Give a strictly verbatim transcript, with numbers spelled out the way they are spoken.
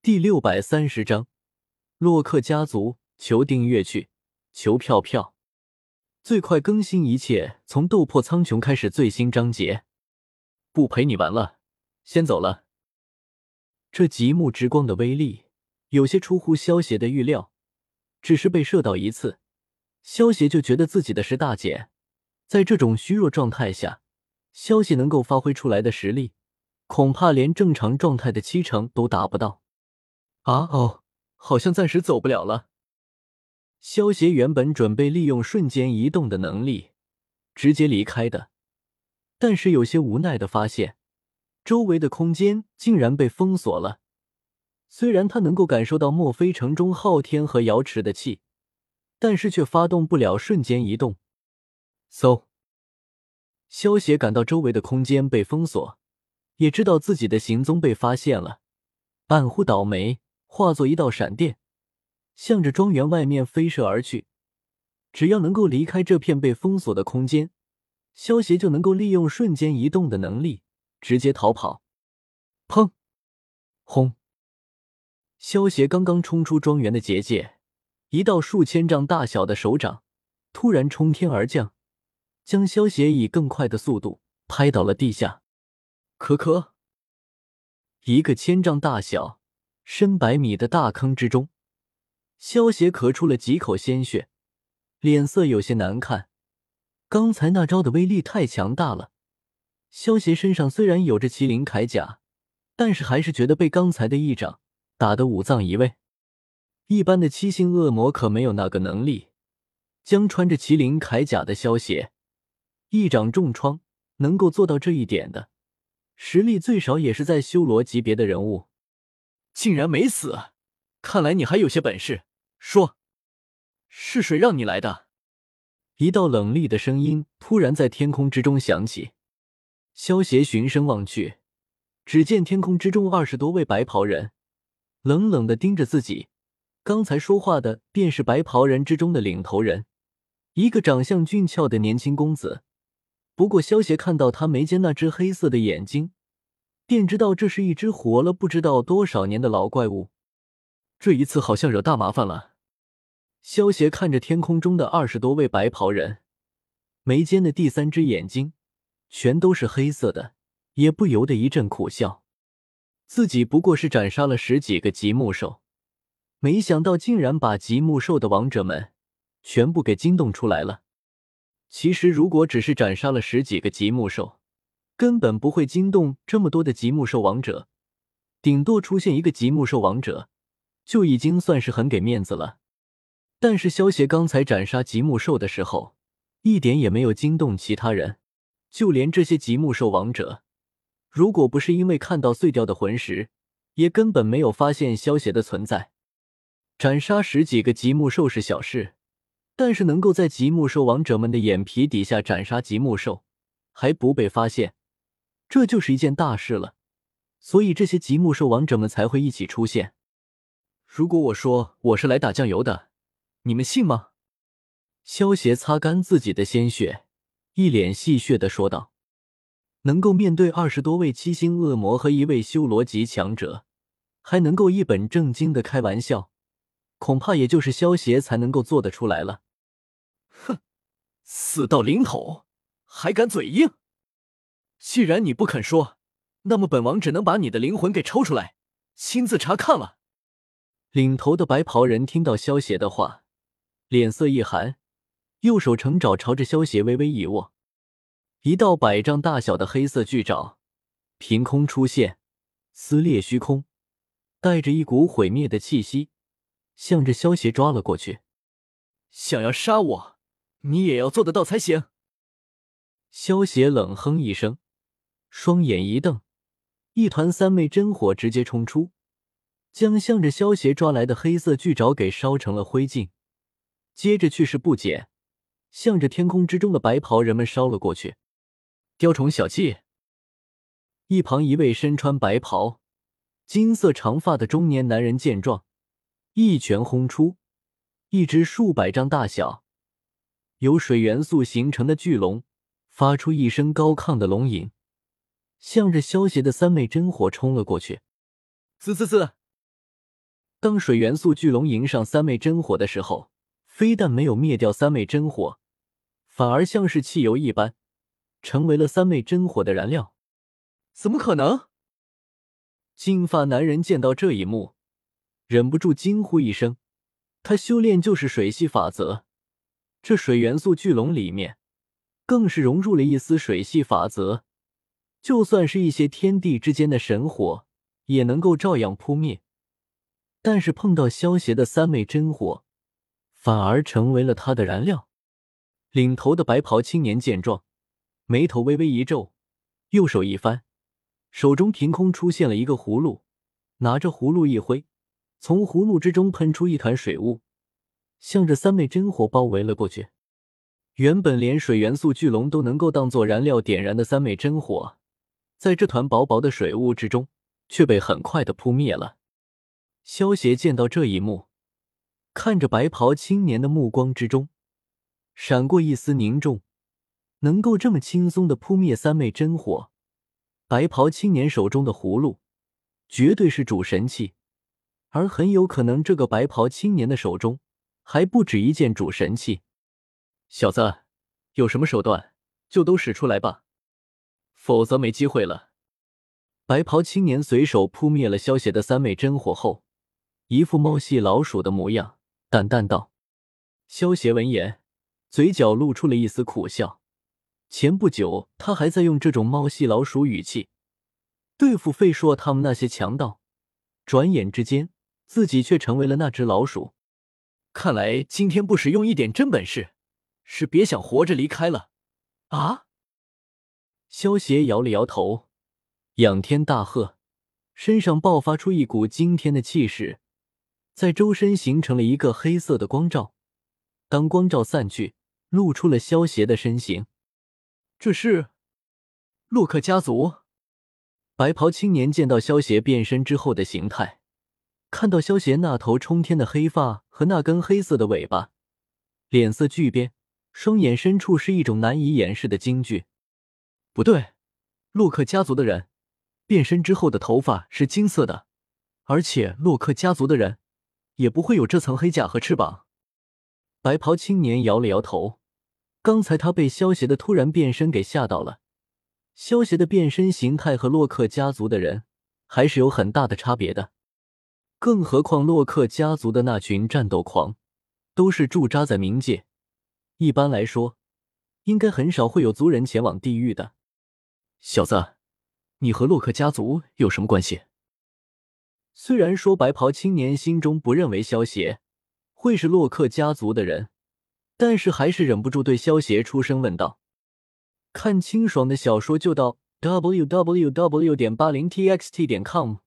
第六百三十章洛克家族，求订阅去，求票票。最快更新一切从斗破苍穹开始最新章节。不陪你玩了，先走了。这极目之光的威力有些出乎萧协的预料，只是被射到一次，萧协就觉得自己的实大减。在这种虚弱状态下，萧协能够发挥出来的实力，恐怕连正常状态的七成都达不到。啊哦，好像暂时走不了了。萧协原本准备利用瞬间移动的能力直接离开的，但是有些无奈的发现，周围的空间竟然被封锁了。虽然他能够感受到墨菲城中昊天和瑶池的气，但是却发动不了瞬间移动。嗖！萧协感到周围的空间被封锁，也知道自己的行踪被发现了，暗呼倒霉，化作一道闪电，向着庄园外面飞射而去。只要能够离开这片被封锁的空间，萧协就能够利用瞬间移动的能力直接逃跑。砰！轰！萧协刚刚冲出庄园的结界，一道数千丈大小的手掌突然冲天而降，将萧协以更快的速度拍倒了地下。可可！一个千丈大小深百米的大坑之中，萧协咳出了几口鲜血，脸色有些难看。刚才那招的威力太强大了，萧协身上虽然有着麒麟铠甲，但是还是觉得被刚才的一掌打得五脏移位。一般的七星恶魔可没有那个能力，将穿着麒麟铠甲的萧协一掌重创，能够做到这一点的，实力最少也是在修罗级别的人物。竟然没死，看来你还有些本事，说，是谁让你来的？一道冷厉的声音突然在天空之中响起。萧协循声望去，只见天空之中二十多位白袍人冷冷地盯着自己。刚才说话的便是白袍人之中的领头人，一个长相俊俏的年轻公子。不过萧协看到他眉间那只黑色的眼睛，便知道这是一只活了不知道多少年的老怪物。这一次好像惹大麻烦了。萧协看着天空中的二十多位白袍人，眉间的第三只眼睛全都是黑色的，也不由得一阵苦笑。自己不过是斩杀了十几个极目兽，没想到竟然把极目兽的王者们全部给惊动出来了。其实如果只是斩杀了十几个极目兽，根本不会惊动这么多的极目兽王者，顶多出现一个极目兽王者就已经算是很给面子了。但是萧协刚才斩杀极目兽的时候，一点也没有惊动其他人，就连这些极目兽王者，如果不是因为看到碎掉的魂石，也根本没有发现萧协的存在。斩杀十几个极目兽是小事，但是能够在极目兽王者们的眼皮底下斩杀极目兽，还不被发现，这就是一件大事了。所以这些极目兽王者们才会一起出现。如果我说我是来打酱油的，你们信吗？萧协擦干自己的鲜血，一脸戏谑地说道。能够面对二十多位七星恶魔和一位修罗级强者，还能够一本正经地开玩笑，恐怕也就是萧协才能够做得出来了。哼，死到临头还敢嘴硬？既然你不肯说，那么本王只能把你的灵魂给抽出来，亲自查看了。领头的白袍人听到萧协的话，脸色一寒，右手成爪朝着萧协微微一握，一道百丈大小的黑色巨爪凭空出现，撕裂虚空，带着一股毁灭的气息，向着萧协抓了过去。想要杀我，你也要做得到才行。萧协冷哼一声，双眼一瞪，一团三昧真火直接冲出，将向着萧协抓来的黑色巨爪给烧成了灰烬。接着去势不减，向着天空之中的白袍人们烧了过去。雕虫小技！一旁一位身穿白袍、金色长发的中年男人见状，一拳轰出，一只数百丈大小、由水元素形成的巨龙发出一声高亢的龙吟，向着萧协的三昧真火冲了过去。滋滋滋！ 当水元素巨龙迎上三昧真火的时候，非但没有灭掉三昧真火，反而像是汽油一般，成为了三昧真火的燃料。怎么可能？金发男人见到这一幕，忍不住惊呼一声。他修炼就是水系法则，这水元素巨龙里面更是融入了一丝水系法则，就算是一些天地之间的神火也能够照样扑灭。但是碰到萧协的三昧真火，反而成为了他的燃料。领头的白袍青年见状，眉头微微一皱，右手一翻，手中凭空出现了一个葫芦，拿着葫芦一挥，从葫芦之中喷出一团水雾，向着三昧真火包围了过去。原本连水元素巨龙都能够当作燃料点燃的三昧真火，在这团薄薄的水雾之中却被很快的扑灭了。萧协见到这一幕，看着白袍青年的目光之中闪过一丝凝重，能够这么轻松地扑灭三昧真火，白袍青年手中的葫芦绝对是主神器，而很有可能这个白袍青年的手中还不止一件主神器。小子，有什么手段就都使出来吧，否则没机会了。白袍青年随手扑灭了萧协的三昧真火后，一副猫戏老鼠的模样，淡淡道。萧协闻言，嘴角露出了一丝苦笑。前不久他还在用这种猫戏老鼠语气对付费硕他们那些强盗，转眼之间自己却成为了那只老鼠。看来今天不使用一点真本事，是别想活着离开了啊！萧协摇了摇头，仰天大喝，身上爆发出一股惊天的气势，在周身形成了一个黑色的光罩。当光罩散去，露出了萧协的身形。这是洛克家族。白袍青年见到萧协变身之后的形态，看到萧协那头冲天的黑发和那根黑色的尾巴，脸色巨变，双眼深处是一种难以掩饰的惊惧。不对，洛克家族的人变身之后的头发是金色的，而且洛克家族的人也不会有这层黑甲和翅膀。白袍青年摇了摇头，刚才他被萧协的突然变身给吓到了。萧协的变身形态和洛克家族的人还是有很大的差别的，更何况洛克家族的那群战斗狂都是驻扎在冥界，一般来说应该很少会有族人前往地狱的。小子，你和洛克家族有什么关系？虽然说白袍青年心中不认为萧协会是洛克家族的人，但是还是忍不住对萧协出声问道。看清爽的小说就到 double u double u double u 点 八零t x t 点 com。